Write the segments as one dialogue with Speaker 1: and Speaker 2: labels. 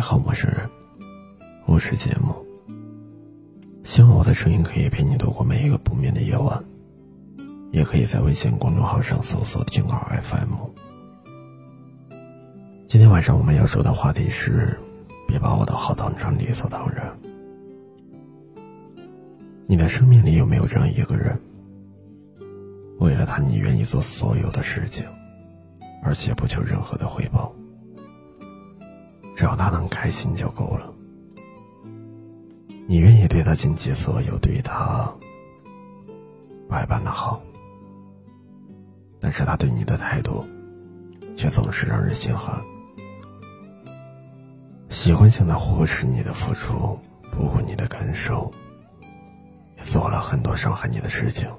Speaker 1: 好，陌生人，我是节目，希望我的声音可以陪你度过每一个不眠的夜晚，也可以在微信公众号上搜索听号 FM。 今天晚上我们要说的话题是，别把我的好当成理所当然。你的生命里有没有这样一个人，为了他你愿意做所有的事情，而且不求任何的回报，只要他能开心就够了。你愿意对他尽其所有，对他百般的好，但是他对你的态度却总是让人心寒，习惯性的忽视你的付出，不顾你的感受，也做了很多伤害你的事情。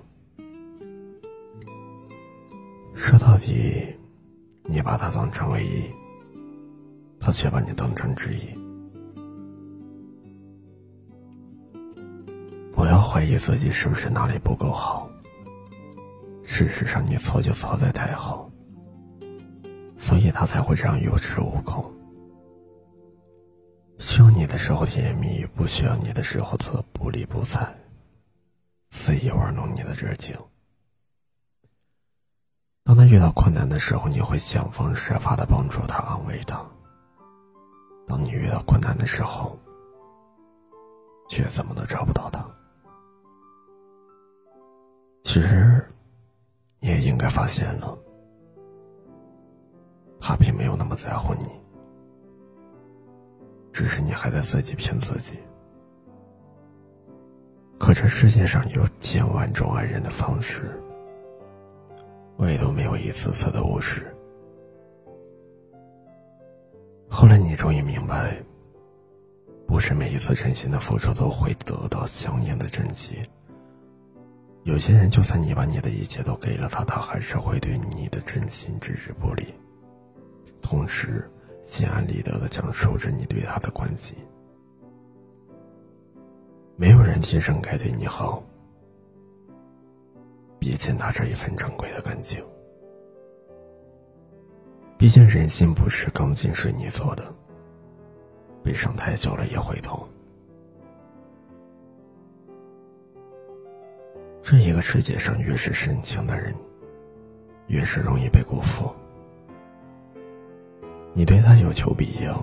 Speaker 1: 说到底，你把他当成唯一，他却把你当成之一。不要怀疑自己是不是哪里不够好，事实上你错就错在太好，所以他才会这样有恃无恐。需要你的时候甜言蜜语，不需要你的时候则不理不睬，肆意玩弄你的热情。当他遇到困难的时候，你会想方设法的帮助他，安慰他。当你遇到困难的时候，却怎么都找不到他。其实你也应该发现了，他并没有那么在乎你，只是你还在自己骗自己。可这世界上有千万种爱人的方式，唯独没有一次次的无视。后来你终于明白，不是每一次真心的付出都会得到相应的珍惜。有些人就算你把你的一切都给了他，他还是会对你的真心置之不理，同时心安理得地享受着你对他的关心。没有人天生该对你好，比起他这一份珍贵的感情。毕竟人心不是钢筋水泥做的，悲伤太久了也会痛。这一个世界上越是深情的人，越是容易被辜负。你对他有求必应，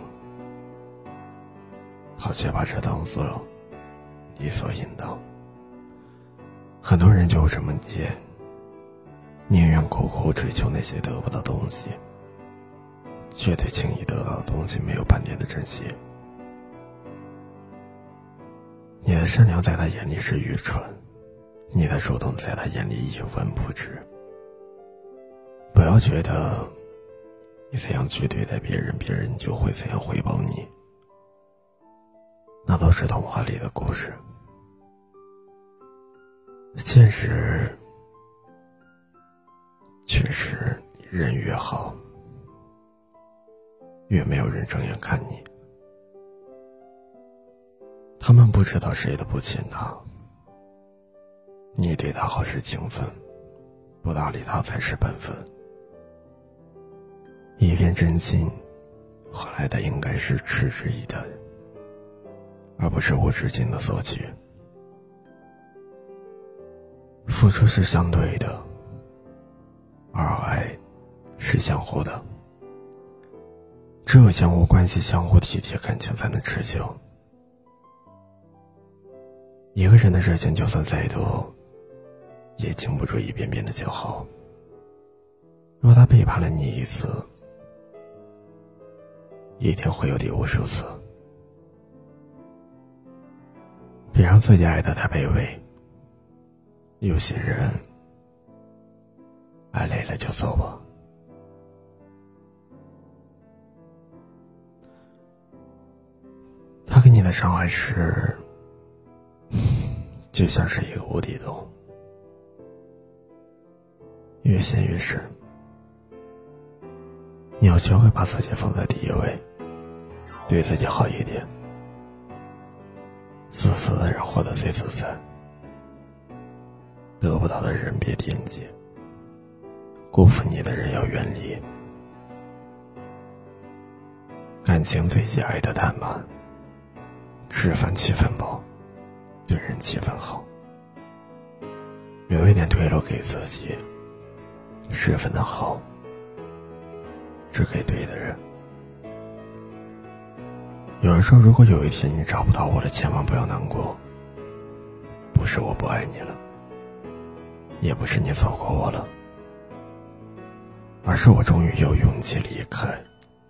Speaker 1: 他却把这当作理所应当。很多人就这么贱，宁愿苦苦追求那些得不到东西，却对轻易得到的东西没有半点的珍惜。你的善良在他眼里是愚蠢，你的主动在他眼里一文不值。不要觉得你怎样去对待别人，别人就会怎样回报你，那都是童话里的故事。现实确实，人越好，越没有人正眼看你。他们不知道谁都不欠他，你对他好是情分，不搭理他才是本分。一片真心换来的应该是嗤之以待，而不是无止境的索取。付出是相对的，而爱是相互的。只有相互关系，相互体贴，感情才能持久。一个人的热情就算再多，也经不住一遍遍的消耗。若他背叛了你一次，一定会有第无数次。别让自己爱得太卑微。有些人爱累了就走吧。他给你的伤害是就像是一个无底洞，越陷越深。你要学会把自己放在第一位，对自己好一点。自私的人活得最自在，得不到的人别惦记，辜负你的人要远离。 感情最喜爱的淡漫，吃饭7分饱，对人7分好，留一点退路给自己，10分的好只给对的人。有人说，如果有一天你找不到我了，千万不要难过，不是我不爱你了，也不是你错过我了，而是我终于有勇气离开。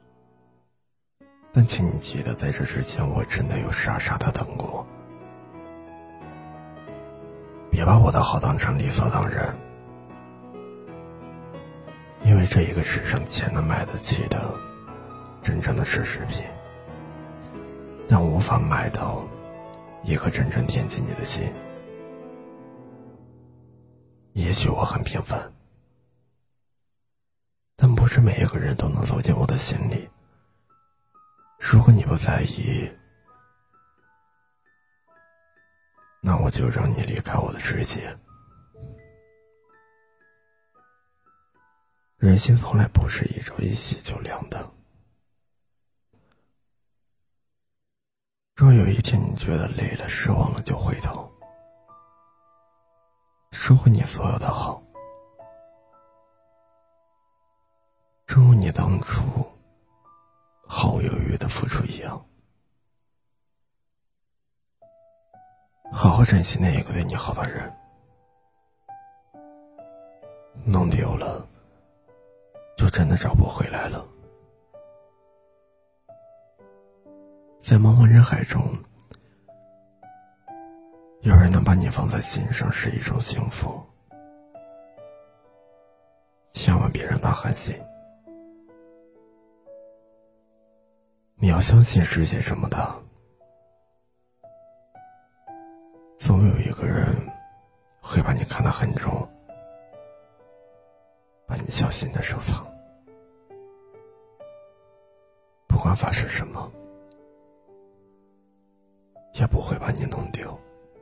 Speaker 1: 但请你记得，在这之前我真的有傻傻的等过。别把我的好当成理所当然，因为这一个世上钱能买得起的真正的奢侈品，但无法买到一颗真正惦记你的心。也许我很平凡，但不是每一个人都能走进我的心里。如果你不在意，那我就让你离开我的世界。人心从来不是一朝一夕就凉的。若有一天你觉得累了、失望了，就回头，收回你所有的好，正如你当初毫无犹豫的付出一样，好好珍惜那一个对你好的人。弄丢了，就真的找不回来了。在茫茫人海中，有人能把你放在心上是一种幸福，千万别让他寒心。你要相信世界这么大，总有一个人会把你看得很重，把你小心的收藏，不管发生什么，也不会把你弄丢。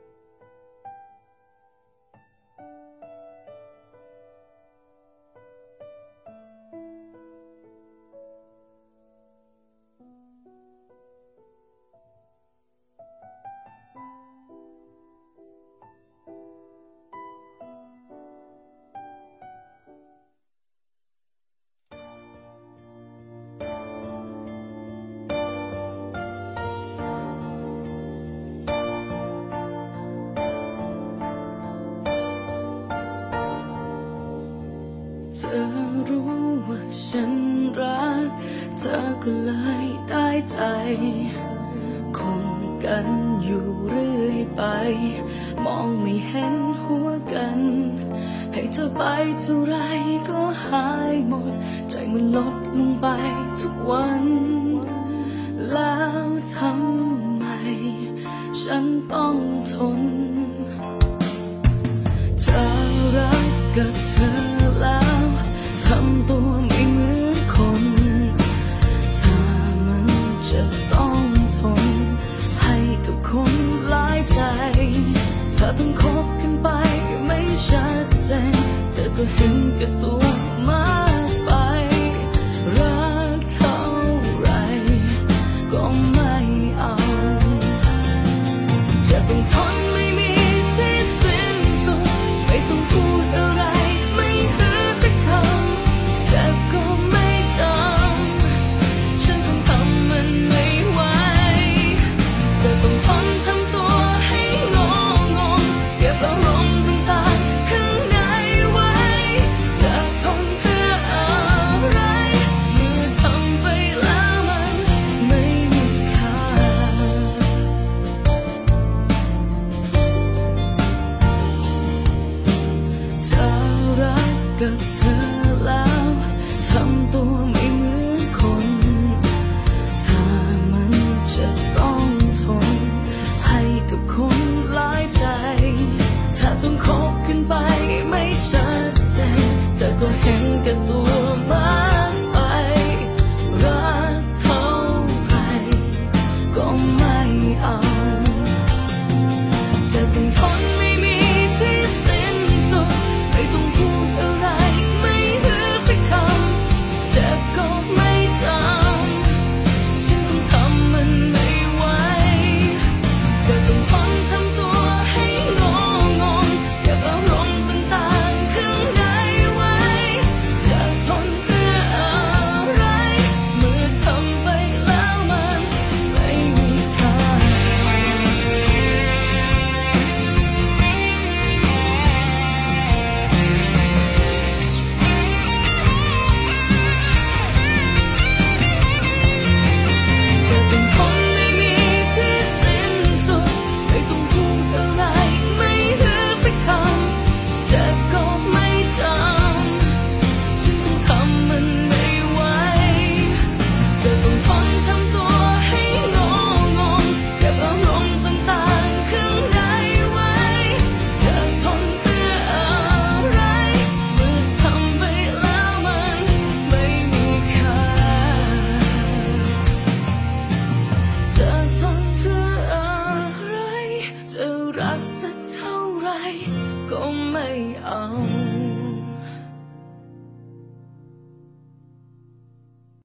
Speaker 2: เธอรู้ว่าฉันรักเธอก็เลยได้ใจคงกันอยู่เรื่อยไปมองไม่เห็นหัวกันให้เธอไปเท่าไรก็หายหมดใจมันลดลงไปทุกวันแล้วทำไมฉันต้องทนเธอรักกับเธอแล้วทำตัวไม่เหมือนคนถ้ามันจะต้องทนให้กับคนหลายใจถ้าต้องคบกันไปไม่ชัดเจนเธอก็เห็นแก่ตัวมากไปรักเท่าไรก็ไม่เอาจะต้องทนไม่มีที่สิ้นสุดไม่ต้องพูดอะไรไม่หือสักคำเจ็บก็ไม่จำฉันคงทำมันไม่ไหวจะต้องทนทำตัวให้งงเก็บอารมณ์ต่างๆข้างในไว้นทำตัวให้งงงเก็บอารมณ์ต่างๆข้างในไว้จะทนเพื่ออะไรเมื่อทำไปแล้วมันไม่มีค่าจะทนเพื่ออะไรจะรักสักเท่าไรก็ไม่เอา